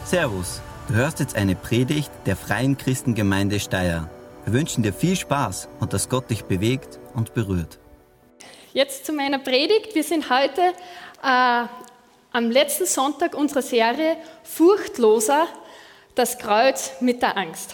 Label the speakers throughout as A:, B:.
A: Servus, du hörst jetzt eine Predigt der Freien Christengemeinde Steyr. Wir wünschen dir viel Spaß und dass Gott dich bewegt und berührt.
B: Jetzt zu meiner Predigt. Wir sind heute am letzten Sonntag unserer Serie Furchtloser, das Kreuz mit der Angst.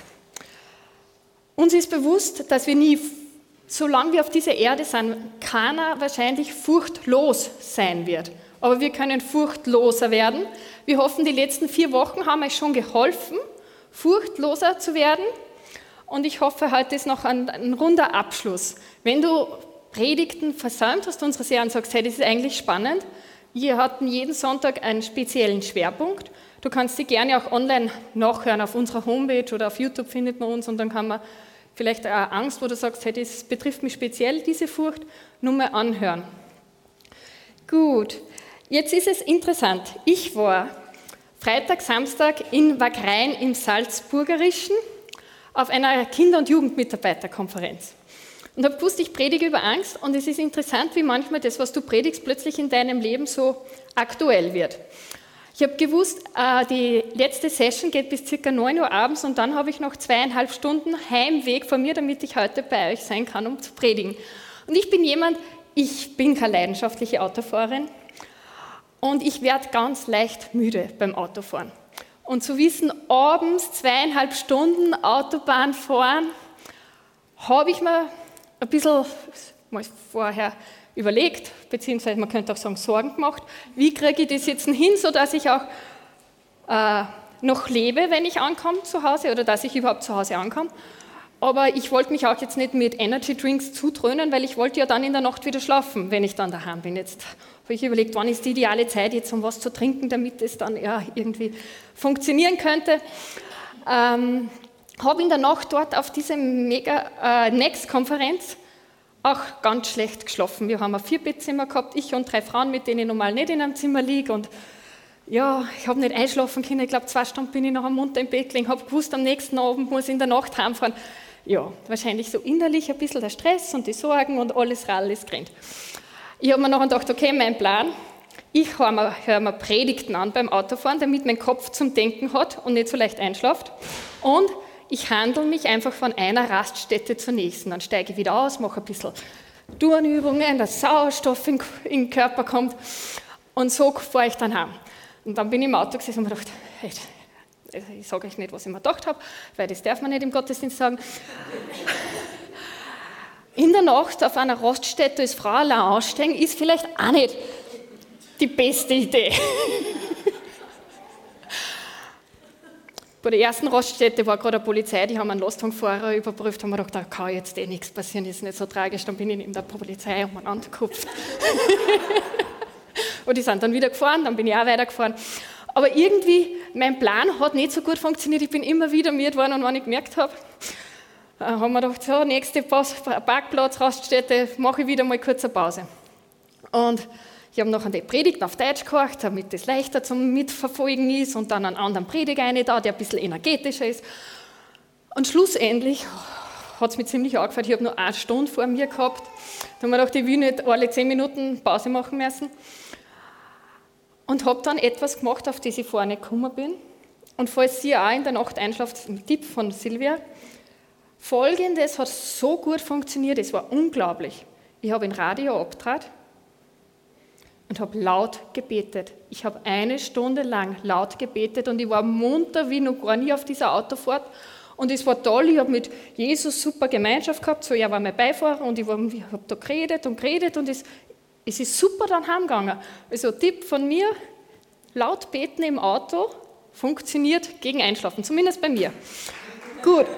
B: Uns ist bewusst, dass wir nie, solange wir auf dieser Erde sind, keiner wahrscheinlich furchtlos sein wird. Aber wir können furchtloser werden. Wir hoffen, die letzten 4 Wochen haben euch schon geholfen, furchtloser zu werden. Und ich hoffe, heute ist noch ein runder Abschluss. Wenn du Predigten versäumt hast, unsere Serie, und sagst, hey, das ist eigentlich spannend. Wir hatten jeden Sonntag einen speziellen Schwerpunkt. Du kannst sie gerne auch online nachhören, auf unserer Homepage oder auf YouTube findet man uns und dann kann man vielleicht auch Angst, wo du sagst, hey, das betrifft mich speziell, diese Furcht, nur mal anhören. Gut, jetzt ist es interessant. Ich war Freitag, Samstag in Wagrain im Salzburgerischen auf einer Kinder- und Jugendmitarbeiterkonferenz. Und habe gewusst, ich predige über Angst und es ist interessant, wie manchmal das, was du predigst, plötzlich in deinem Leben so aktuell wird. Ich habe gewusst, die letzte Session geht bis ca. 9 Uhr abends und dann habe ich noch 2,5 Stunden Heimweg von mir, damit ich heute bei euch sein kann, um zu predigen. Und ich bin keine leidenschaftliche Autofahrerin und ich werde ganz leicht müde beim Autofahren. Und zu wissen, abends 2,5 Stunden Autobahn fahren, habe ich mir ein bisschen mal vorher überlegt, beziehungsweise man könnte auch sagen, Sorgen gemacht, wie kriege ich das jetzt hin, sodass ich auch noch lebe, wenn ich ankomme zu Hause oder dass ich überhaupt zu Hause ankomme. Aber ich wollte mich auch jetzt nicht mit Energy Drinks zudröhnen, weil ich wollte ja dann in der Nacht wieder schlafen, wenn ich dann daheim bin. Jetzt habe ich überlegt, wann ist die ideale Zeit jetzt, um was zu trinken, damit es dann ja irgendwie funktionieren könnte. Habe in der Nacht dort auf dieser Next-Konferenz auch ganz schlecht geschlafen. Wir haben ein 4-Bettzimmer gehabt, ich und 3 Frauen, mit denen ich normal nicht in einem Zimmer liege. Und ja, ich habe nicht einschlafen können. Ich glaube, 2 Stunden bin ich noch munter im Bett gelegen, habe gewusst, am nächsten Abend muss ich in der Nacht heimfahren. Ja, wahrscheinlich so innerlich ein bisschen der Stress und die Sorgen und alles grennt. Ich habe mir noch gedacht, okay, mein Plan, ich höre mir Predigten an beim Autofahren, damit mein Kopf zum Denken hat und nicht so leicht einschläft. Und ich handle mich einfach von einer Raststätte zur nächsten. Dann steige ich wieder aus, mache ein bisschen Turnübungen, dass Sauerstoff in den Körper kommt. Und so fahre ich dann heim. Und dann bin ich im Auto gesessen und mir gedacht, hey, ich sage euch nicht, was ich mir gedacht habe, weil das darf man nicht im Gottesdienst sagen. In der Nacht auf einer Raststätte als Frau allein aussteigen, ist vielleicht auch nicht die beste Idee. Bei der ersten Raststätte war gerade eine Polizei, die haben einen Lastwagenfahrer überprüft, haben wir gedacht, da kann jetzt nichts passieren, ist nicht so tragisch, dann bin ich neben der Polizei umeinander gekupft. Und die sind dann wieder gefahren, dann bin ich auch weitergefahren. Aber irgendwie, mein Plan hat nicht so gut funktioniert, ich bin immer wieder müde geworden und wenn ich gemerkt habe, haben wir gedacht, so, nächste Parkplatz, Raststätte, mache ich wieder mal kurz eine Pause. Und ich habe noch an die Predigt auf Deutsch gehört, damit das leichter zum Mitverfolgen ist und dann einen anderen Prediger rein da, der ein bisschen energetischer ist. Und schlussendlich hat es mich ziemlich angefallen, ich habe nur 1 Stunde vor mir gehabt. Da habe ich mir gedacht, ich will nicht alle 10 Minuten Pause machen müssen. Und habe dann etwas gemacht, auf das ich vorher nicht gekommen bin. Und falls Sie auch in der Nacht einschlaft, ein Tipp von Silvia. Folgendes hat so gut funktioniert, es war unglaublich. Ich habe ein Radio abgedreht und habe laut gebetet. Ich habe 1 Stunde lang laut gebetet und ich war munter wie noch gar nie auf dieser Autofahrt. Und es war toll, ich habe mit Jesus super Gemeinschaft gehabt, so er war mein Beifahrer und ich habe da geredet und es ist super dann heimgegangen. Also Tipp von mir, laut beten im Auto funktioniert gegen Einschlafen, zumindest bei mir. Gut.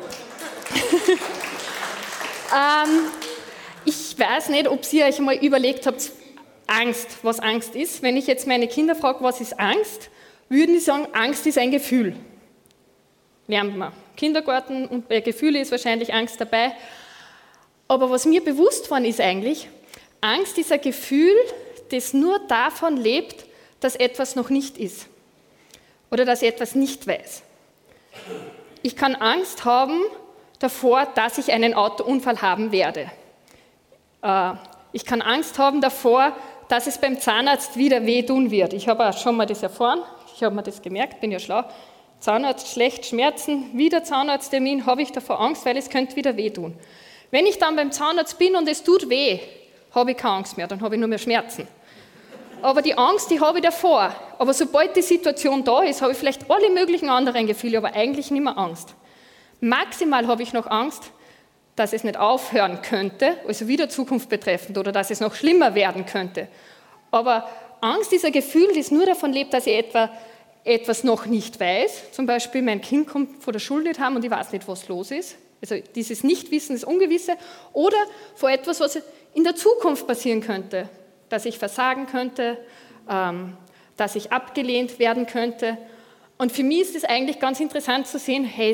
B: Ich weiß nicht, ob ihr euch mal überlegt habt, Angst, was Angst ist. Wenn ich jetzt meine Kinder frage, was ist Angst, würden die sagen, Angst ist ein Gefühl. Lernt man. Kindergarten und bei Gefühle ist wahrscheinlich Angst dabei. Aber was mir bewusst worden ist eigentlich, Angst ist ein Gefühl, das nur davon lebt, dass etwas noch nicht ist oder dass ich etwas nicht weiß. Ich kann Angst haben davor, dass ich einen Autounfall haben werde. Ich kann Angst haben davor, dass es beim Zahnarzt wieder wehtun wird. Ich habe auch schon mal das erfahren, ich habe mir das gemerkt, bin ja schlau. Zahnarzt schlecht, Schmerzen, wieder Zahnarzttermin, habe ich davor Angst, weil es könnte wieder wehtun. Wenn ich dann beim Zahnarzt bin und es tut weh, habe ich keine Angst mehr, dann habe ich nur mehr Schmerzen. Aber die Angst, die habe ich davor. Aber sobald die Situation da ist, habe ich vielleicht alle möglichen anderen Gefühle, aber eigentlich nicht mehr Angst. Maximal habe ich noch Angst, dass es nicht aufhören könnte, also wieder Zukunft betreffend, oder dass es noch schlimmer werden könnte. Aber Angst ist ein Gefühl, das nur davon lebt, dass ich etwas noch nicht weiß. Zum Beispiel, mein Kind kommt von der Schule nicht heim und ich weiß nicht, was los ist. Also dieses Nichtwissen, das Ungewisse. Oder vor etwas, was in der Zukunft passieren könnte. Dass ich versagen könnte, dass ich abgelehnt werden könnte. Und für mich ist es eigentlich ganz interessant zu sehen, hey,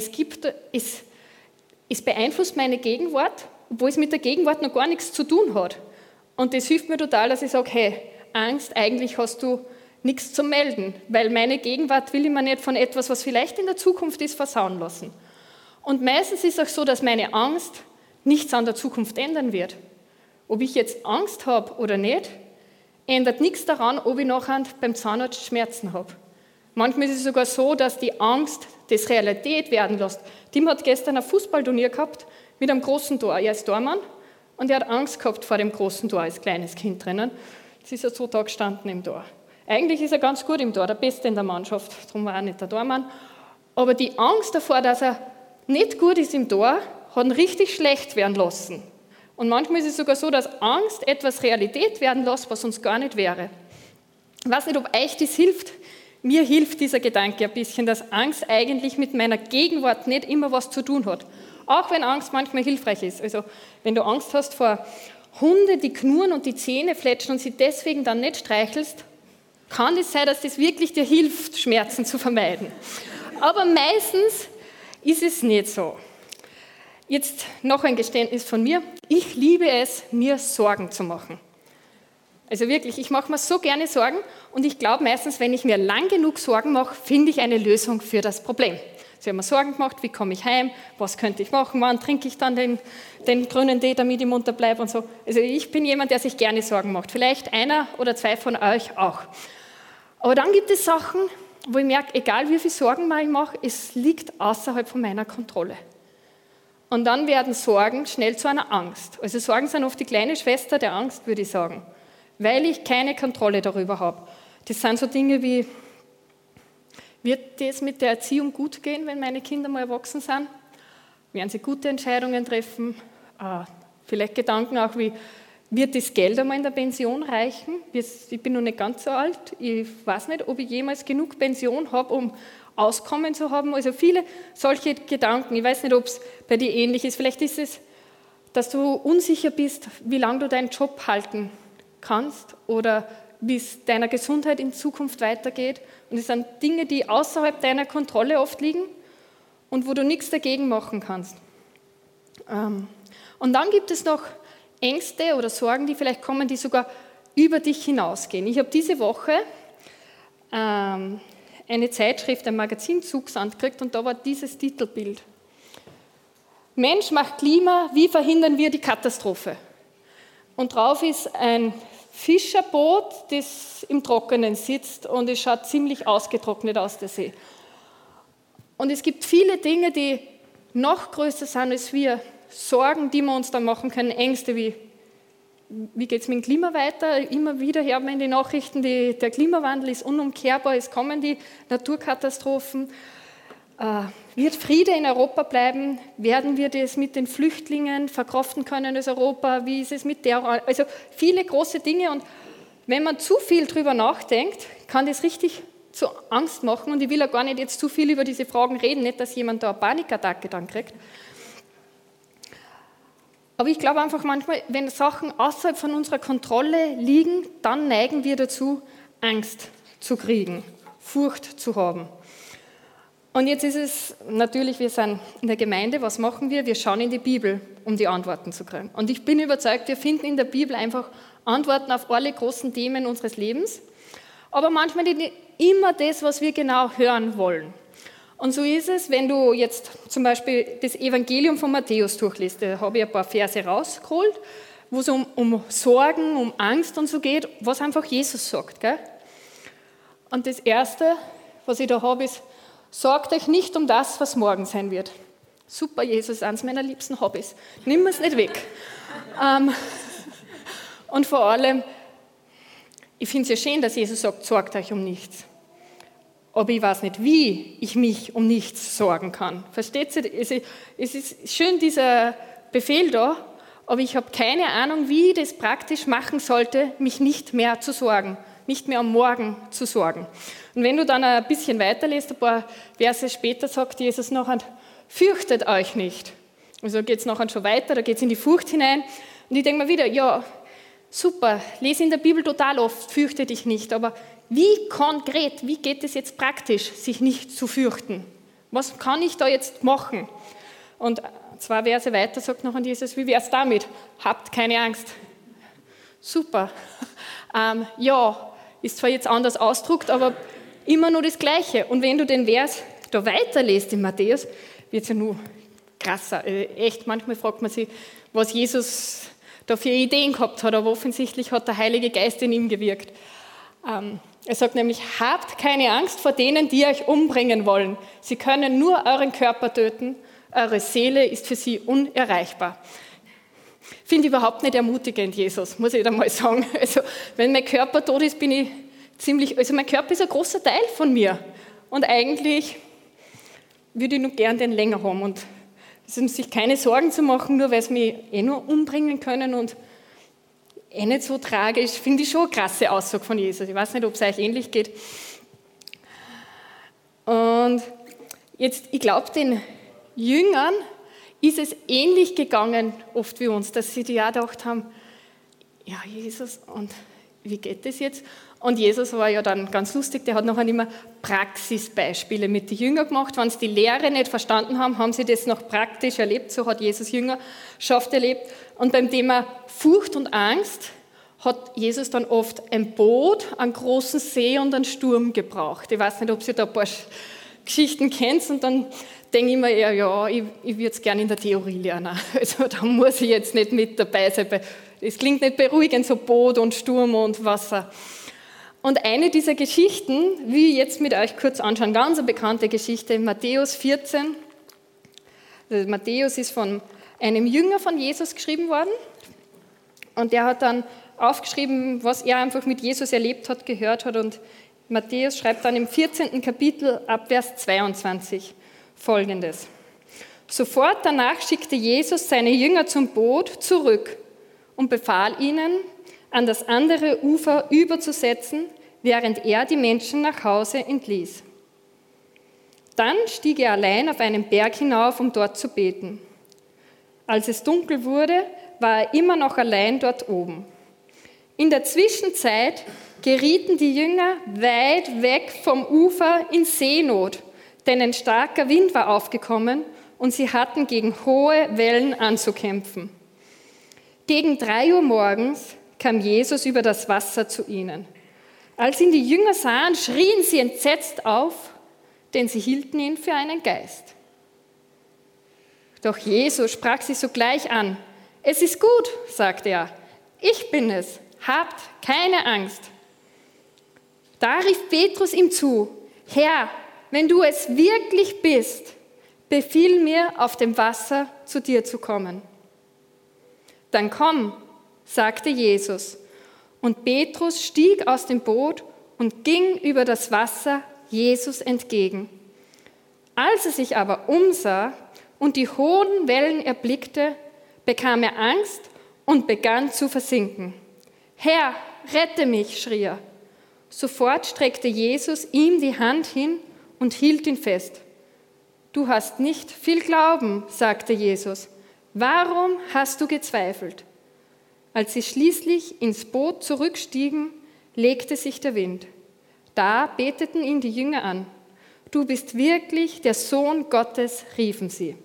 B: es beeinflusst meine Gegenwart, obwohl es mit der Gegenwart noch gar nichts zu tun hat. Und das hilft mir total, dass ich sage, hey, Angst, eigentlich hast du nichts zu melden, weil meine Gegenwart will ich mir nicht von etwas, was vielleicht in der Zukunft ist, versauen lassen. Und meistens ist es auch so, dass meine Angst nichts an der Zukunft ändern wird. Ob ich jetzt Angst habe oder nicht, ändert nichts daran, ob ich nachher beim Zahnarzt Schmerzen habe. Manchmal ist es sogar so, dass die Angst das Realität werden lässt. Tim hat gestern ein Fußballturnier gehabt mit einem großen Tor. Er ist Tormann und er hat Angst gehabt vor dem großen Tor als kleines Kind drinnen. Jetzt ist er so da gestanden im Tor. Eigentlich ist er ganz gut im Tor, der Beste in der Mannschaft, darum war er nicht der Tormann. Aber die Angst davor, dass er nicht gut ist im Tor, hat ihn richtig schlecht werden lassen. Und manchmal ist es sogar so, dass Angst etwas Realität werden lässt, was uns gar nicht wäre. Ich weiß nicht, ob euch das hilft. Mir hilft dieser Gedanke ein bisschen, dass Angst eigentlich mit meiner Gegenwart nicht immer was zu tun hat. Auch wenn Angst manchmal hilfreich ist. Also wenn du Angst hast vor Hunden, die knurren und die Zähne fletschen und sie deswegen dann nicht streichelst, kann es sein, dass das wirklich dir hilft, Schmerzen zu vermeiden. Aber meistens ist es nicht so. Jetzt noch ein Geständnis von mir. Ich liebe es, mir Sorgen zu machen. Also wirklich, ich mache mir so gerne Sorgen und ich glaube meistens, wenn ich mir lang genug Sorgen mache, finde ich eine Lösung für das Problem. Ich habe mir Sorgen gemacht, wie komme ich heim, was könnte ich machen, wann trinke ich dann den grünen Tee, damit ich munter bleibe und so. Also ich bin jemand, der sich gerne Sorgen macht. Vielleicht einer oder zwei von euch auch. Aber dann gibt es Sachen, wo ich merke, egal wie viel Sorgen ich mache, es liegt außerhalb von meiner Kontrolle. Und dann werden Sorgen schnell zu einer Angst. Also Sorgen sind oft die kleine Schwester der Angst, würde ich sagen. Weil ich keine Kontrolle darüber habe. Das sind so Dinge wie, wird das mit der Erziehung gut gehen, wenn meine Kinder mal erwachsen sind? Werden sie gute Entscheidungen treffen? Vielleicht Gedanken auch wie, wird das Geld einmal in der Pension reichen? Ich bin noch nicht ganz so alt. Ich weiß nicht, ob ich jemals genug Pension habe, um Auskommen zu haben. Also viele solche Gedanken. Ich weiß nicht, ob es bei dir ähnlich ist. Vielleicht ist es, dass du unsicher bist, wie lange du deinen Job halten kannst oder wie es deiner Gesundheit in Zukunft weitergeht. Und es sind Dinge, die außerhalb deiner Kontrolle oft liegen und wo du nichts dagegen machen kannst. Und dann gibt es noch Ängste oder Sorgen, die vielleicht kommen, die sogar über dich hinausgehen. Ich habe diese Woche eine Zeitschrift, ein Magazin zugesandt gekriegt und da war dieses Titelbild. Mensch macht Klima, wie verhindern wir die Katastrophe? Und drauf ist ein Fischerboot, das im Trockenen sitzt und es schaut ziemlich ausgetrocknet aus, der See. Und es gibt viele Dinge, die noch größer sind als wir. Sorgen, die wir uns dann machen können, Ängste wie geht es mit dem Klima weiter? Immer wieder hören wir in den Nachrichten, der Klimawandel ist unumkehrbar, es kommen die Naturkatastrophen. Wird Friede in Europa bleiben? Werden wir das mit den Flüchtlingen verkraften können als Europa? Wie ist es mit Terror? Also viele große Dinge und wenn man zu viel drüber nachdenkt, kann das richtig zu Angst machen und ich will ja gar nicht jetzt zu viel über diese Fragen reden, nicht, dass jemand da eine Panikattacke dann kriegt. Aber ich glaube einfach manchmal, wenn Sachen außerhalb von unserer Kontrolle liegen, dann neigen wir dazu, Angst zu kriegen, Furcht zu haben. Und jetzt ist es natürlich, wir sind in der Gemeinde, was machen wir? Wir schauen in die Bibel, um die Antworten zu kriegen. Und ich bin überzeugt, wir finden in der Bibel einfach Antworten auf alle großen Themen unseres Lebens, aber manchmal nicht immer das, was wir genau hören wollen. Und so ist es, wenn du jetzt zum Beispiel das Evangelium von Matthäus durchliest, da habe ich ein paar Verse rausgeholt, wo es um Sorgen, um Angst und so geht, was einfach Jesus sagt. Gell? Und das Erste, was ich da habe, ist, Sorgt euch nicht um das, was morgen sein wird. Super, Jesus, eines meiner liebsten Hobbys. Nimm es nicht weg. Und vor allem, ich finde es ja schön, dass Jesus sagt, sorgt euch um nichts. Aber ich weiß nicht, wie ich mich um nichts sorgen kann. Versteht ihr? Es ist schön, dieser Befehl da, aber ich habe keine Ahnung, wie ich das praktisch machen sollte, mich nicht mehr zu sorgen, nicht mehr am Morgen zu sorgen. Und wenn du dann ein bisschen weiterliest, ein paar Verse später sagt Jesus nachher, fürchtet euch nicht. Also geht es nachher schon weiter, da geht es in die Furcht hinein. Und ich denke mir wieder, ja, super, lese in der Bibel total oft, fürchte dich nicht, aber wie konkret, wie geht es jetzt praktisch, sich nicht zu fürchten? Was kann ich da jetzt machen? Und 2 Verse weiter sagt noch an Jesus, wie wäre es damit? Habt keine Angst. Super. Ja, ist zwar jetzt anders ausgedrückt, aber immer nur das Gleiche. Und wenn du den Vers da weiterliest in Matthäus, wird es ja nur krasser. Echt, manchmal fragt man sich, was Jesus da für Ideen gehabt hat, aber offensichtlich hat der Heilige Geist in ihm gewirkt. Er sagt nämlich, habt keine Angst vor denen, die euch umbringen wollen. Sie können nur euren Körper töten, eure Seele ist für sie unerreichbar. Finde ich überhaupt nicht ermutigend, Jesus, muss ich da mal sagen. Also, wenn mein Körper tot ist, bin ich mein Körper ist ein großer Teil von mir. Und eigentlich würde ich noch gern den länger haben. Und sich keine Sorgen zu machen, nur weil sie mich nur umbringen können und nicht so tragisch, finde ich schon eine krasse Aussage von Jesus. Ich weiß nicht, ob es euch ähnlich geht. Und jetzt, ich glaube, den Jüngern ist es ähnlich gegangen, oft wie uns, dass sie ja gedacht haben, ja, Jesus, und wie geht das jetzt? Und Jesus war ja dann ganz lustig, der hat nachher immer Praxisbeispiele mit den Jüngern gemacht. Wenn sie die Lehre nicht verstanden haben, haben sie das noch praktisch erlebt. So hat Jesus Jüngerschaft erlebt. Und beim Thema Furcht und Angst hat Jesus dann oft ein Boot, einen großen See und einen Sturm gebraucht. Ich weiß nicht, ob ihr da ein paar Geschichten kennt. Und dann denke ich mir eher, ja, ich würde es gerne in der Theorie lernen. Also da muss ich jetzt nicht mit dabei sein. Es klingt nicht beruhigend, so Boot und Sturm und Wasser. Und eine dieser Geschichten, will ich jetzt mit euch kurz anschauen, ganz eine bekannte Geschichte, Matthäus 14. Also Matthäus ist von einem Jünger von Jesus geschrieben worden und der hat dann aufgeschrieben, was er einfach mit Jesus erlebt hat, gehört hat. Und Matthäus schreibt dann im 14. Kapitel ab Vers 22 Folgendes. Sofort danach schickte Jesus seine Jünger zum Boot zurück und befahl ihnen, an das andere Ufer überzusetzen, während er die Menschen nach Hause entließ. Dann stieg er allein auf einen Berg hinauf, um dort zu beten. Als es dunkel wurde, war er immer noch allein dort oben. In der Zwischenzeit gerieten die Jünger weit weg vom Ufer in Seenot, denn ein starker Wind war aufgekommen und sie hatten gegen hohe Wellen anzukämpfen. Gegen 3 Uhr morgens kam Jesus über das Wasser zu ihnen. Als ihn die Jünger sahen, schrien sie entsetzt auf, denn sie hielten ihn für einen Geist. Doch Jesus sprach sie sogleich an. Es ist gut, sagte er, ich bin es, habt keine Angst. Da rief Petrus ihm zu, Herr, wenn du es wirklich bist, befiehl mir, auf dem Wasser zu dir zu kommen. Dann komm, sagte Jesus. Und Petrus stieg aus dem Boot und ging über das Wasser Jesus entgegen. Als er sich aber umsah und die hohen Wellen erblickte, bekam er Angst und begann zu versinken. Herr, rette mich, schrie er. Sofort streckte Jesus ihm die Hand hin und hielt ihn fest. Du hast nicht viel Glauben, sagte Jesus. Warum hast du gezweifelt? Als sie schließlich ins Boot zurückstiegen, legte sich der Wind. Da beteten ihn die Jünger an. Du bist wirklich der Sohn Gottes, riefen sie.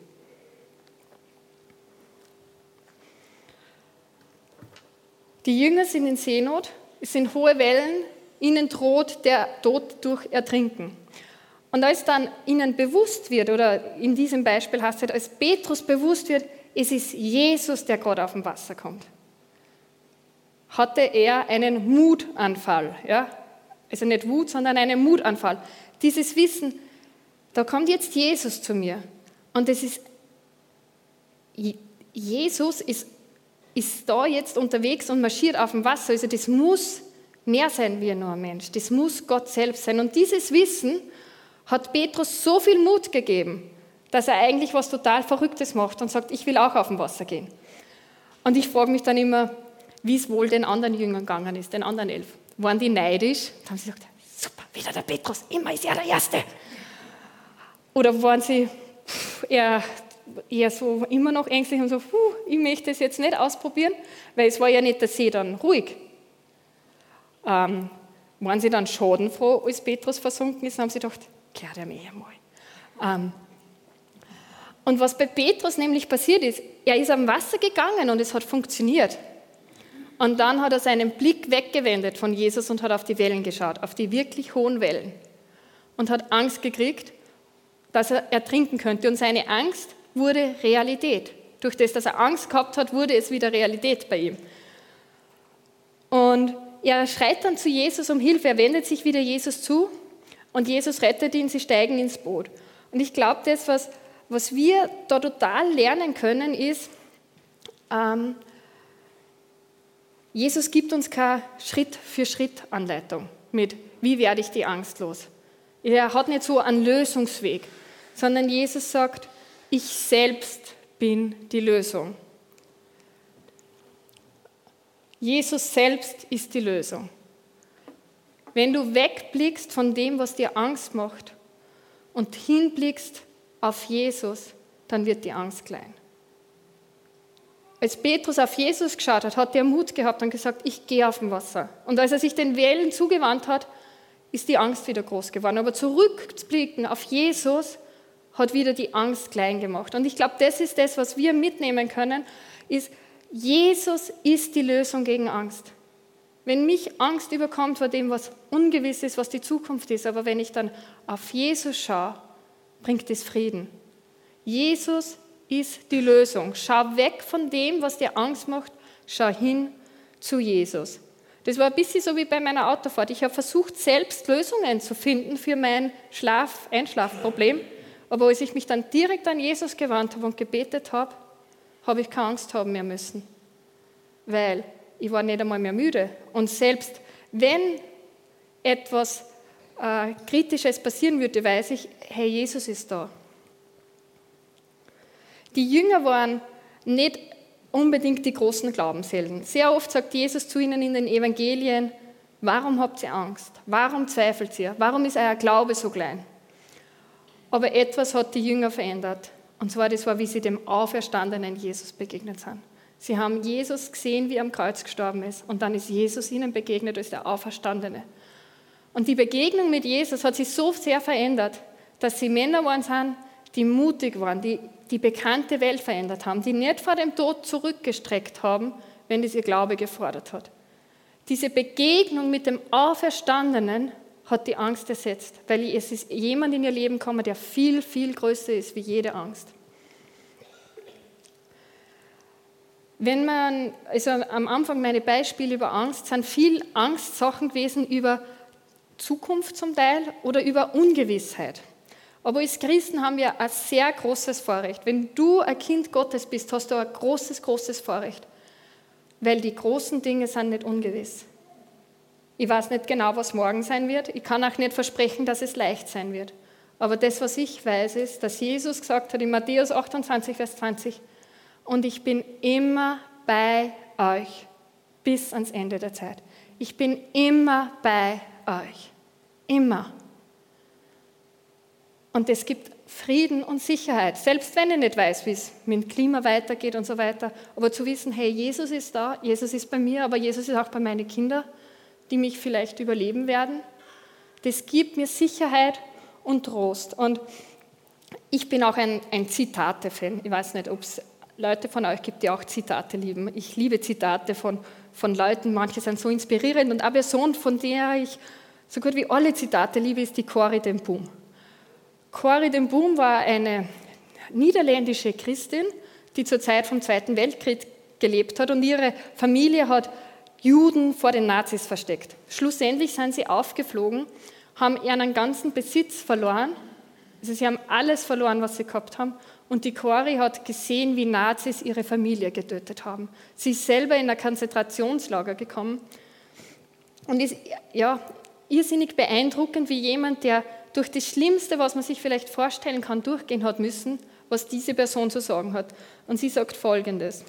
B: Die Jünger sind in Seenot, es sind hohe Wellen, ihnen droht der Tod durch Ertrinken. Und als dann ihnen bewusst wird, oder in diesem Beispiel heißt es, als Petrus bewusst wird, es ist Jesus, der gerade auf dem Wasser kommt, hatte er einen Mutanfall. Ja? Also nicht Wut, sondern einen Mutanfall. Dieses Wissen, Da kommt jetzt Jesus zu mir. Und Jesus ist da jetzt unterwegs und marschiert auf dem Wasser. Also das muss mehr sein wie nur ein Mensch. Das muss Gott selbst sein. Und dieses Wissen hat Petrus so viel Mut gegeben, dass er eigentlich was total Verrücktes macht und sagt, ich will auch auf dem Wasser gehen. Und ich frage mich dann immer, wie es wohl den anderen Jüngern gegangen ist, den anderen 11. Waren die neidisch? Dann haben sie gesagt, super, wieder der Petrus, immer ist er der Erste. Oder waren sie eher so immer noch ängstlich und so, ich möchte das jetzt nicht ausprobieren, weil es war ja nicht der See dann ruhig. Waren sie dann schadenfroh, als Petrus versunken ist, und haben sie gedacht, gehört er mir einmal. Und was bei Petrus nämlich passiert ist, er ist am Wasser gegangen und es hat funktioniert. Und dann hat er seinen Blick weggewendet von Jesus und hat auf die Wellen geschaut, auf die wirklich hohen Wellen. Und hat Angst gekriegt, dass er ertrinken könnte. Und seine Angst wurde Realität. Durch das, dass er Angst gehabt hat, wurde es wieder Realität bei ihm. Und er schreit dann zu Jesus um Hilfe, er wendet sich wieder Jesus zu und Jesus rettet ihn, sie steigen ins Boot. Und ich glaube, das, was wir da total lernen können, ist, Jesus gibt uns keine Schritt-für-Schritt-Anleitung mit, wie werde ich die Angst los. Er hat nicht so einen Lösungsweg, sondern Jesus sagt, ich selbst bin die Lösung. Jesus selbst ist die Lösung. Wenn du wegblickst von dem, was dir Angst macht und hinblickst auf Jesus, dann wird die Angst klein. Als Petrus auf Jesus geschaut hat, hat er Mut gehabt und gesagt, ich gehe auf dem Wasser. Und als er sich den Wellen zugewandt hat, ist die Angst wieder groß geworden. Aber zurückblicken auf Jesus hat wieder die Angst klein gemacht. Und ich glaube, das ist das, was wir mitnehmen können, ist, Jesus ist die Lösung gegen Angst. Wenn mich Angst überkommt vor dem, was ungewiss ist, was die Zukunft ist, aber wenn ich dann auf Jesus schaue, bringt es Frieden. Jesus ist die Lösung. Schau weg von dem, was dir Angst macht, schau hin zu Jesus. Das war ein bisschen so wie bei meiner Autofahrt. Ich habe versucht, selbst Lösungen zu finden für mein Einschlafproblem, aber als ich mich dann direkt an Jesus gewandt habe und gebetet habe, habe ich keine Angst haben mehr müssen, weil ich war nicht einmal mehr müde. Und selbst wenn etwas Kritisches passieren würde, weiß ich, hey, Jesus ist da. Die Jünger waren nicht unbedingt die großen Glaubenshelden. Sehr oft sagt Jesus zu ihnen in den Evangelien, warum habt ihr Angst? Warum zweifelt ihr? Warum ist euer Glaube so klein? Aber etwas hat die Jünger verändert. Und zwar, das war, wie sie dem auferstandenen Jesus begegnet sind. Sie haben Jesus gesehen, wie er am Kreuz gestorben ist. Und dann ist Jesus ihnen begegnet als der Auferstandene. Und die Begegnung mit Jesus hat sie so sehr verändert, dass sie Männer waren sind, die mutig waren, die bekannte Welt verändert haben, die nicht vor dem Tod zurückgestreckt haben, wenn es ihr Glaube gefordert hat. Diese Begegnung mit dem Auferstandenen hat die Angst ersetzt, weil es ist jemand in ihr Leben gekommen, der viel, viel größer ist wie jede Angst. Also am Anfang meine Beispiele über Angst, sind viel Angstsachen gewesen über Zukunft zum Teil oder über Ungewissheit. Aber als Christen haben wir ein sehr großes Vorrecht. Wenn du ein Kind Gottes bist, hast du ein großes, großes Vorrecht. Weil die großen Dinge sind nicht ungewiss. Ich weiß nicht genau, was morgen sein wird. Ich kann auch nicht versprechen, dass es leicht sein wird. Aber das, was ich weiß, ist, dass Jesus gesagt hat in Matthäus 28, Vers 20, und ich bin immer bei euch bis ans Ende der Zeit. Ich bin immer bei euch. Immer. Und es gibt Frieden und Sicherheit, selbst wenn ich nicht weiß, wie es mit dem Klima weitergeht und so weiter. Aber zu wissen, hey, Jesus ist da, Jesus ist bei mir, aber Jesus ist auch bei meinen Kindern, die mich vielleicht überleben werden. Das gibt mir Sicherheit und Trost. Und ich bin auch ein Zitate-Fan. Ich weiß nicht, ob es Leute von euch gibt, die auch Zitate lieben. Ich liebe Zitate von Leuten, manche sind so inspirierend. Und eine Person, von der ich so gut wie alle Zitate liebe, ist die Corrie ten Boom. Corrie ten Boom war eine niederländische Christin, die zur Zeit vom Zweiten Weltkrieg gelebt hat und ihre Familie hat Juden vor den Nazis versteckt. Schlussendlich sind sie aufgeflogen, haben ihren ganzen Besitz verloren Also sie haben alles verloren, was sie gehabt haben. Und die Cori hat gesehen, wie Nazis ihre Familie getötet haben. Sie ist selber in ein Konzentrationslager gekommen. Und ist irrsinnig beeindruckend, wie jemand, der durch das Schlimmste, was man sich vielleicht vorstellen kann, durchgehen hat müssen, was diese Person zu sagen hat. Und sie sagt Folgendes: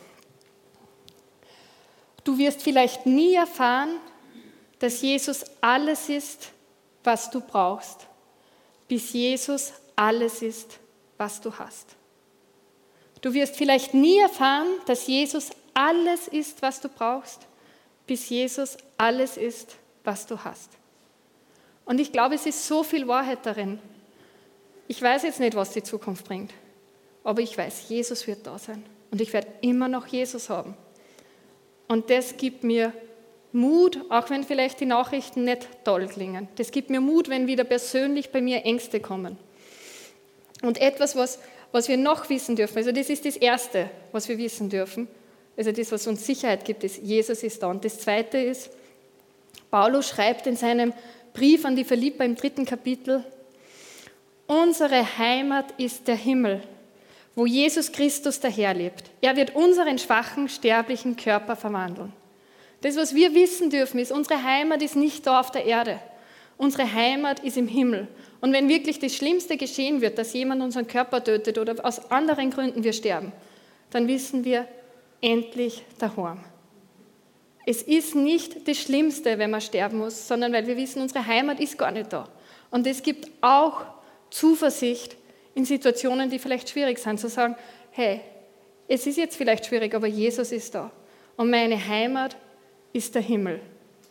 B: Du wirst vielleicht nie erfahren, dass Jesus alles ist, was du brauchst, bis Jesus alles ist, was du hast. Du wirst vielleicht nie erfahren, dass Jesus alles ist, was du brauchst, bis Jesus alles ist, was du hast. Und ich glaube, es ist so viel Wahrheit darin. Ich weiß jetzt nicht, was die Zukunft bringt, aber ich weiß, Jesus wird da sein und ich werde immer noch Jesus haben. Und das gibt mir Mut, auch wenn vielleicht die Nachrichten nicht toll klingen. Das gibt mir Mut, wenn wieder persönlich bei mir Ängste kommen. Und etwas, was wir noch wissen dürfen, also das ist das Erste, was wir wissen dürfen, also das, was uns Sicherheit gibt, ist, Jesus ist da. Und das Zweite ist, Paulus schreibt in seinem Brief an die Philipper im 3. Kapitel, unsere Heimat ist der Himmel, wo Jesus Christus daherlebt. Er wird unseren schwachen, sterblichen Körper verwandeln. Das, was wir wissen dürfen, ist, unsere Heimat ist nicht da auf der Erde. Unsere Heimat ist im Himmel. Und wenn wirklich das Schlimmste geschehen wird, dass jemand unseren Körper tötet oder aus anderen Gründen wir sterben, dann wissen wir, endlich daheim. Es ist nicht das Schlimmste, wenn man sterben muss, sondern weil wir wissen, unsere Heimat ist gar nicht da. Und es gibt auch Zuversicht in Situationen, die vielleicht schwierig sind, zu sagen, hey, es ist jetzt vielleicht schwierig, aber Jesus ist da. Und meine Heimat ist der Himmel.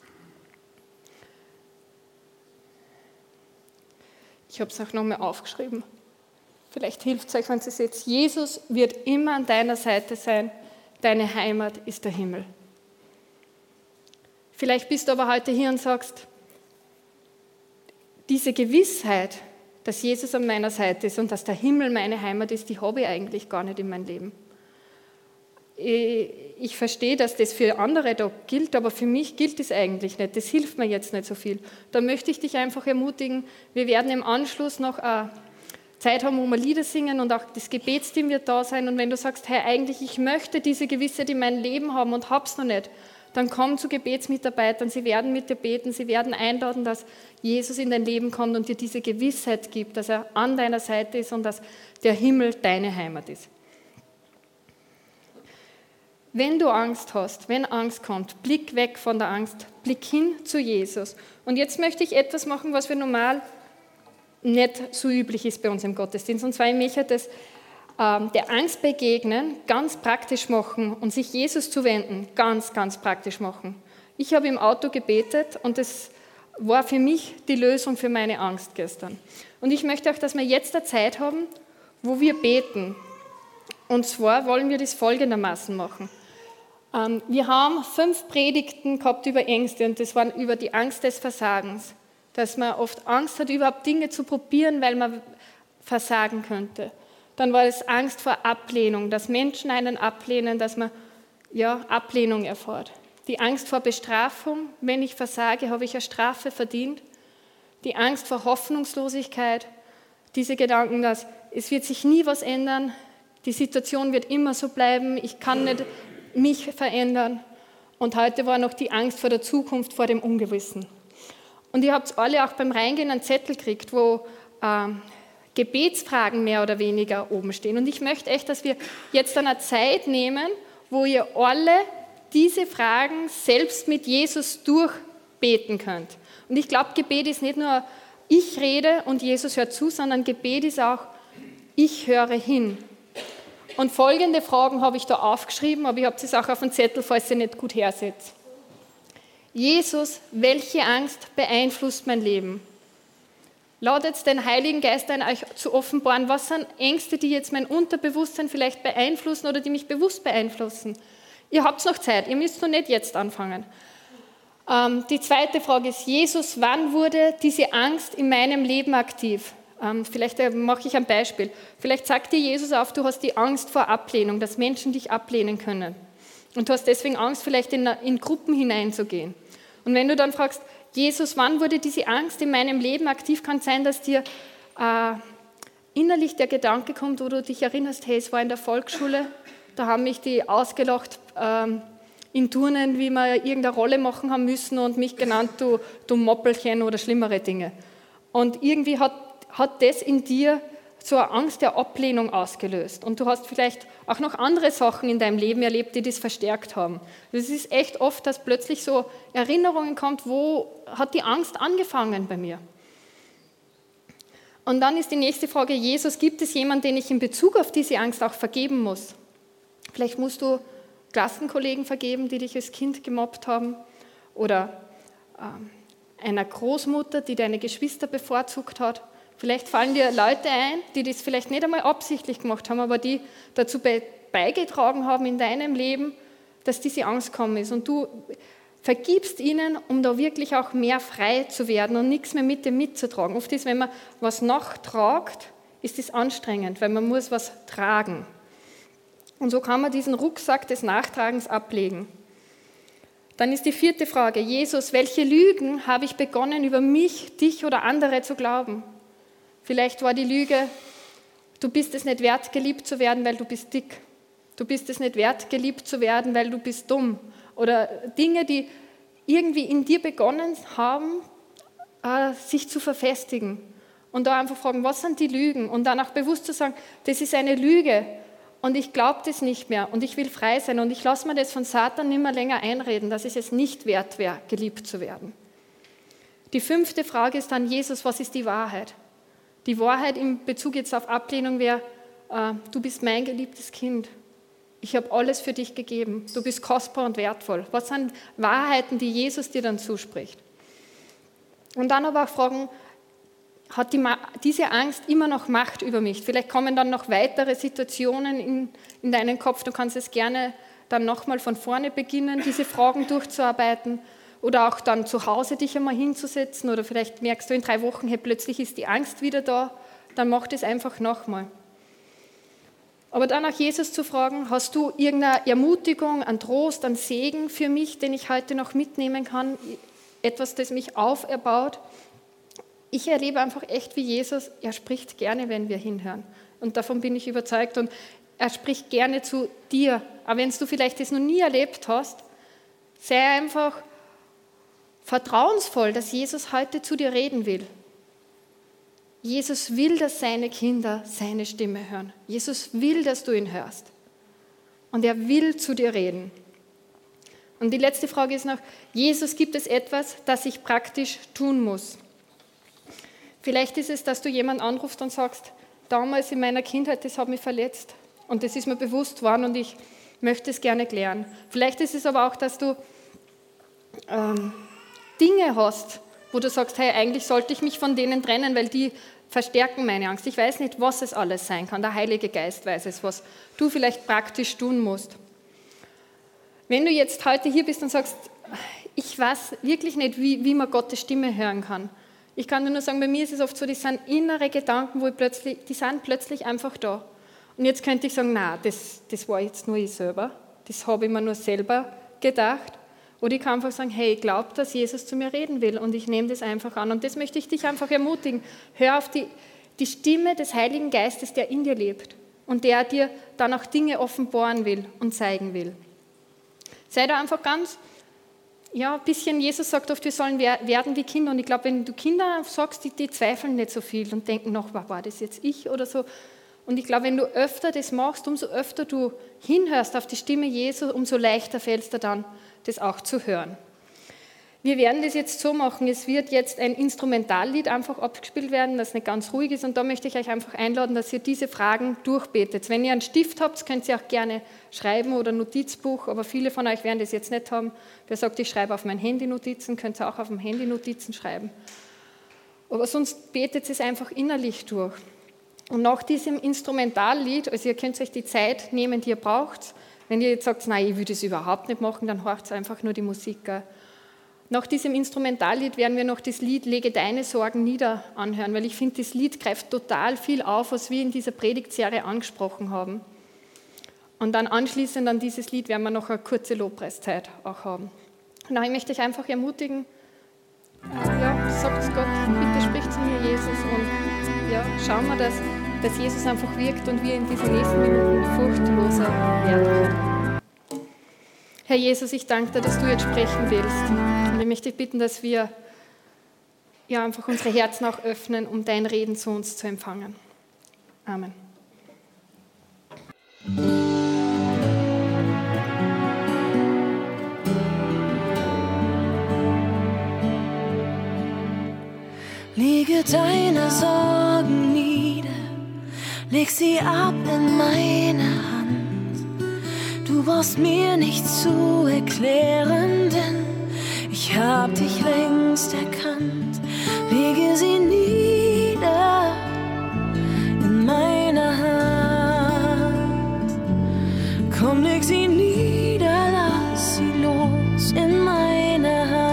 B: Ich habe es auch nochmal aufgeschrieben. Vielleicht hilft es euch, wenn ihr seht, Jesus wird immer an deiner Seite sein. Deine Heimat ist der Himmel. Vielleicht bist du aber heute hier und sagst, diese Gewissheit, dass Jesus an meiner Seite ist und dass der Himmel meine Heimat ist, die habe ich eigentlich gar nicht in meinem Leben. Ich verstehe, dass das für andere da gilt, aber für mich gilt das eigentlich nicht. Das hilft mir jetzt nicht so viel. Da möchte ich dich einfach ermutigen, wir werden im Anschluss noch eine Zeit haben, wo wir Lieder singen und auch das Gebetsteam wird da sein. Und wenn du sagst, hey, eigentlich, ich möchte diese Gewissheit in meinem Leben haben und habe es noch nicht, dann komm zu Gebetsmitarbeitern, sie werden mit dir beten, sie werden einladen, dass Jesus in dein Leben kommt und dir diese Gewissheit gibt, dass er an deiner Seite ist und dass der Himmel deine Heimat ist. Wenn du Angst hast, wenn Angst kommt, blick weg von der Angst, blick hin zu Jesus. Und jetzt möchte ich etwas machen, was wir normal nicht so üblich ist bei uns im Gottesdienst. Und zwar, ich möchte das der Angst begegnen, ganz praktisch machen und sich Jesus zuwenden, ganz, ganz praktisch machen. Ich habe im Auto gebetet und das war für mich die Lösung für meine Angst gestern. Und ich möchte auch, dass wir jetzt eine Zeit haben, wo wir beten. Und zwar wollen wir das folgendermaßen machen. Wir haben 5 Predigten gehabt über Ängste und das waren über die Angst des Versagens. Dass man oft Angst hat, überhaupt Dinge zu probieren, weil man versagen könnte. Dann war es Angst vor Ablehnung, dass Menschen einen ablehnen, dass man Ablehnung erfährt. Die Angst vor Bestrafung, wenn ich versage, habe ich eine Strafe verdient. Die Angst vor Hoffnungslosigkeit, diese Gedanken, dass es wird sich nie was ändern, die Situation wird immer so bleiben, ich kann nicht mich verändern. Und heute war noch die Angst vor der Zukunft, vor dem Ungewissen. Und ihr habt alle auch beim Reingehen einen Zettel gekriegt, wo Gebetsfragen mehr oder weniger oben stehen. Und ich möchte echt, dass wir jetzt eine Zeit nehmen, wo ihr alle diese Fragen selbst mit Jesus durchbeten könnt. Und ich glaube, Gebet ist nicht nur, ich rede und Jesus hört zu, sondern Gebet ist auch, ich höre hin. Und folgende Fragen habe ich da aufgeschrieben, aber ich habe es auch auf dem Zettel, falls ihr nicht gut hersetzt. Jesus, welche Angst beeinflusst mein Leben? Ladet den Heiligen Geist ein, euch zu offenbaren, was sind Ängste, die jetzt mein Unterbewusstsein vielleicht beeinflussen oder die mich bewusst beeinflussen. Ihr habt noch Zeit, ihr müsst noch nicht jetzt anfangen. Die zweite Frage ist, Jesus, wann wurde diese Angst in meinem Leben aktiv? Vielleicht mache ich ein Beispiel. Vielleicht sagt dir Jesus auf, du hast die Angst vor Ablehnung, dass Menschen dich ablehnen können. Und du hast deswegen Angst, vielleicht in Gruppen hineinzugehen. Und wenn du dann fragst, Jesus, wann wurde diese Angst in meinem Leben aktiv, kann es sein, dass dir innerlich der Gedanke kommt, wo du dich erinnerst, hey, es war in der Volksschule, da haben mich die ausgelacht in Turnen, wie wir irgendeine Rolle machen haben müssen und mich genannt, du Moppelchen oder schlimmere Dinge. Und irgendwie hat das in dir so eine Angst der Ablehnung ausgelöst. Und du hast vielleicht auch noch andere Sachen in deinem Leben erlebt, die das verstärkt haben. Es ist echt oft, dass plötzlich so Erinnerungen kommt, wo hat die Angst angefangen bei mir? Und dann ist die nächste Frage, Jesus, gibt es jemanden, den ich in Bezug auf diese Angst auch vergeben muss? Vielleicht musst du Klassenkollegen vergeben, die dich als Kind gemobbt haben, oder einer Großmutter, die deine Geschwister bevorzugt hat. Vielleicht fallen dir Leute ein, die das vielleicht nicht einmal absichtlich gemacht haben, aber die dazu beigetragen haben in deinem Leben, dass diese Angst gekommen ist. Und du vergibst ihnen, um da wirklich auch mehr frei zu werden und nichts mehr mit dir mitzutragen. Oft ist, wenn man was nachtragt, ist es anstrengend, weil man muss was tragen. Und so kann man diesen Rucksack des Nachtragens ablegen. Dann ist die 4. Frage, Jesus, welche Lügen habe ich begonnen, über mich, dich oder andere zu glauben? Vielleicht war die Lüge, du bist es nicht wert, geliebt zu werden, weil du bist dick. Du bist es nicht wert, geliebt zu werden, weil du bist dumm. Oder Dinge, die irgendwie in dir begonnen haben, sich zu verfestigen. Und da einfach fragen, was sind die Lügen? Und dann auch bewusst zu sagen, das ist eine Lüge und ich glaube das nicht mehr und ich will frei sein und ich lasse mir das von Satan nicht mehr länger einreden, dass ich es nicht wert wäre, geliebt zu werden. Die 5. Frage ist dann, Jesus, was ist die Wahrheit? Die Wahrheit in Bezug jetzt auf Ablehnung wäre, du bist mein geliebtes Kind. Ich habe alles für dich gegeben. Du bist kostbar und wertvoll. Was sind Wahrheiten, die Jesus dir dann zuspricht? Und dann aber auch fragen, hat diese Angst immer noch Macht über mich? Vielleicht kommen dann noch weitere Situationen in deinen Kopf. Du kannst es gerne dann nochmal von vorne beginnen, diese Fragen durchzuarbeiten. Oder auch dann zu Hause dich einmal hinzusetzen oder vielleicht merkst du in 3 Wochen, hey, plötzlich ist die Angst wieder da, dann mach das einfach nochmal. Aber dann auch Jesus zu fragen, hast du irgendeine Ermutigung, einen Trost, einen Segen für mich, den ich heute noch mitnehmen kann, etwas, das mich auferbaut? Ich erlebe einfach echt wie Jesus, er spricht gerne, wenn wir hinhören. Und davon bin ich überzeugt und er spricht gerne zu dir. Aber wenn du vielleicht das noch nie erlebt hast, sei einfach vertrauensvoll, dass Jesus heute zu dir reden will. Jesus will, dass seine Kinder seine Stimme hören. Jesus will, dass du ihn hörst. Und er will zu dir reden. Und die letzte Frage ist noch, Jesus, gibt es etwas, das ich praktisch tun muss? Vielleicht ist es, dass du jemanden anrufst und sagst, damals in meiner Kindheit, das hat mich verletzt. Und das ist mir bewusst geworden und ich möchte es gerne klären. Vielleicht ist es aber auch, dass du Dinge hast, wo du sagst, hey, eigentlich sollte ich mich von denen trennen, weil die verstärken meine Angst. Ich weiß nicht, was es alles sein kann. Der Heilige Geist weiß es, was du vielleicht praktisch tun musst. Wenn du jetzt heute hier bist und sagst, ich weiß wirklich nicht, wie man Gottes Stimme hören kann. Ich kann dir nur sagen, bei mir ist es oft so, das sind innere Gedanken, die sind plötzlich einfach da. Und jetzt könnte ich sagen, nein, das war jetzt nur ich selber. Das habe ich mir nur selber gedacht. Oder ich kann einfach sagen, hey, ich glaube, dass Jesus zu mir reden will und ich nehme das einfach an. Und das möchte ich dich einfach ermutigen. Hör auf die Stimme des Heiligen Geistes, der in dir lebt und der dir dann auch Dinge offenbaren will und zeigen will. Sei da einfach ganz, ein bisschen, Jesus sagt oft, wir sollen werden wie Kinder. Und ich glaube, wenn du Kinder sagst, die zweifeln nicht so viel und denken noch, war das jetzt ich oder so. Und ich glaube, wenn du öfter das machst, umso öfter du hinhörst auf die Stimme Jesu, umso leichter fällt es dir dann, das auch zu hören. Wir werden das jetzt so machen, es wird jetzt ein Instrumentallied einfach abgespielt werden, das nicht ganz ruhig ist und da möchte ich euch einfach einladen, dass ihr diese Fragen durchbetet. Wenn ihr einen Stift habt, könnt ihr auch gerne schreiben oder ein Notizbuch, aber viele von euch werden das jetzt nicht haben. Wer sagt, ich schreibe auf mein Handy Notizen, könnt ihr auch auf dem Handy Notizen schreiben. Aber sonst betet es einfach innerlich durch. Und nach diesem Instrumentallied, also ihr könnt euch die Zeit nehmen, die ihr braucht. Wenn ihr jetzt sagt, nein, ich will das überhaupt nicht machen, dann hört einfach nur die Musik. Nach diesem Instrumentallied werden wir noch das Lied Lege deine Sorgen nieder anhören, weil ich finde, das Lied greift total viel auf, was wir in dieser Predigtserie angesprochen haben. Und dann anschließend an dieses Lied werden wir noch eine kurze Lobpreiszeit auch haben. Und ich möchte euch einfach ermutigen, sagt Gott, bitte sprich zu mir, Jesus, und schauen wir, dass dass Jesus einfach wirkt und wir in diesen nächsten Minuten furchtloser werden können. Herr Jesus, ich danke dir, dass du jetzt sprechen willst. Und ich möchte dich bitten, dass wir einfach unsere Herzen auch öffnen, um dein Reden zu uns zu empfangen. Amen.
C: Lege deine Sorgen nieder, leg sie ab in meine Hand. Du brauchst mir nicht zu erklären, denn ich hab dich längst erkannt. Lege sie nieder in meine Hand. Komm, leg sie nieder, lass sie los in meine Hand.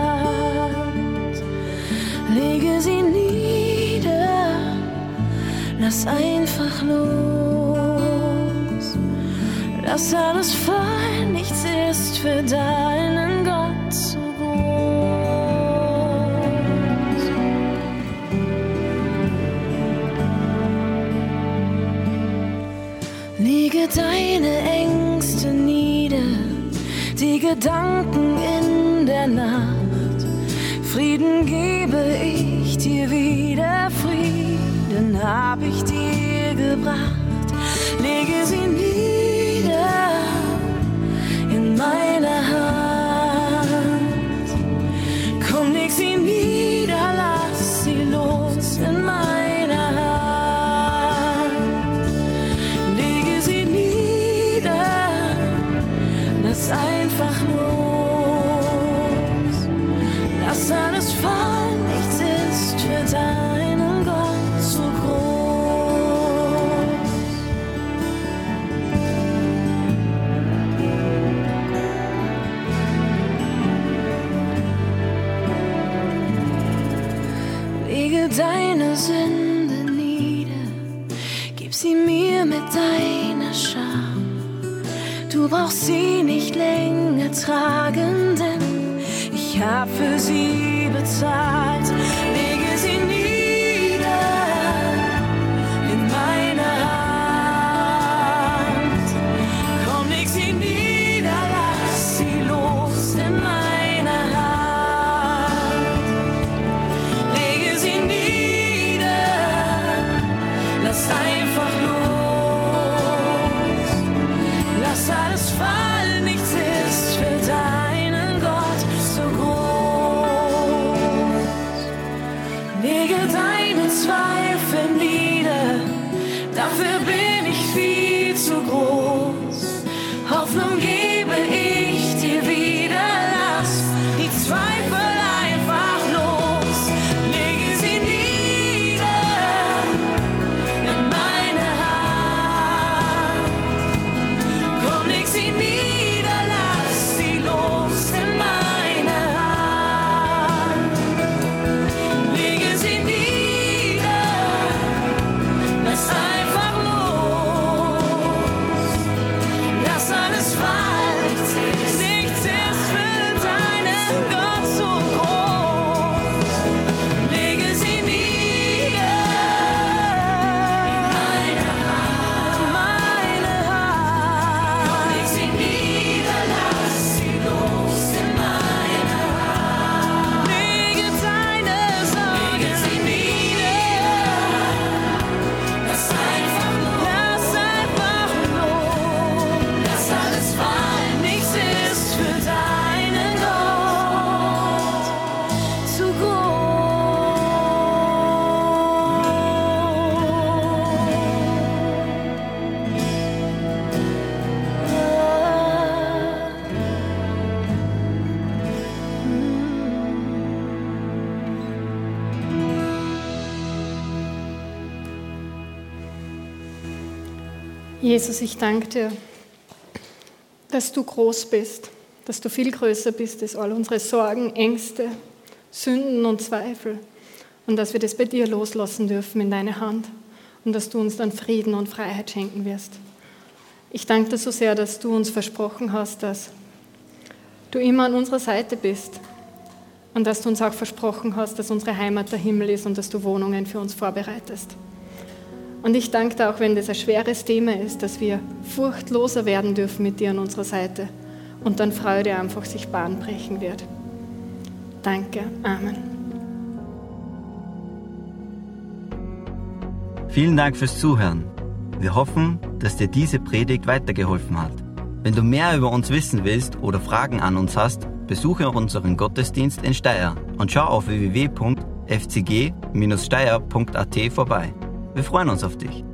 C: Lege sie nieder, lass einfach los. Lass alles fallen, nichts ist für deinen Gott zu groß. Lege deine Ängste nieder, die Gedanken in der Nacht. Frieden gebe ich dir wieder, Frieden hab ich dir gebracht. Lege sie nieder in meine Hand. Komm, leg sie nieder, lass sie los in meine Hand. Lege sie nieder, lass einfach los. Lass alles fallen, nichts ist für deinen Gott zu groß. Lege deine Sünde nieder, gib sie mir mit deiner Scham. Du brauchst sie nicht länger tragen, denn ich hab für sie bezahlt. Lege sie nieder in meine Hand. Komm, leg sie nieder, lass sie los in meine Hand. Lege sie nieder, lass einfach los. Lass alles fallen, nichts ist für deinen Gott so groß. Lege deine Zweifel nieder, dafür bin ich viel zu groß. Hoffnung gebe ich dir wieder, lass die Zweifel einfach los. Lege sie nieder in meine Hand. Komm, leg sie nieder, lass sie los in meine Hand. Lege sie nieder, lass einfach los. Lass alles fallen, nichts ist für deinen Gott so groß. Lege sie nieder in meine Hand. Leg sie nieder, lass sie los in meine Hand. Lege deine Sorgen, leg sie nieder, lass einfach los. Lass einfach los. Lass alles fallen, nichts ist für deinen Gott zu
B: Jesus, ich danke dir, dass du groß bist, dass du viel größer bist als all unsere Sorgen, Ängste, Sünden und Zweifel und dass wir das bei dir loslassen dürfen in deine Hand und dass du uns dann Frieden und Freiheit schenken wirst. Ich danke dir so sehr, dass du uns versprochen hast, dass du immer an unserer Seite bist und dass du uns auch versprochen hast, dass unsere Heimat der Himmel ist und dass du Wohnungen für uns vorbereitest. Und ich danke dir auch, wenn das ein schweres Thema ist, dass wir furchtloser werden dürfen mit dir an unserer Seite und dann Freude einfach sich Bahn brechen wird. Danke. Amen.
A: Vielen Dank fürs Zuhören. Wir hoffen, dass dir diese Predigt weitergeholfen hat. Wenn du mehr über uns wissen willst oder Fragen an uns hast, besuche unseren Gottesdienst in Steyr und schau auf www.fcg-steyr.at vorbei. Wir freuen uns auf dich.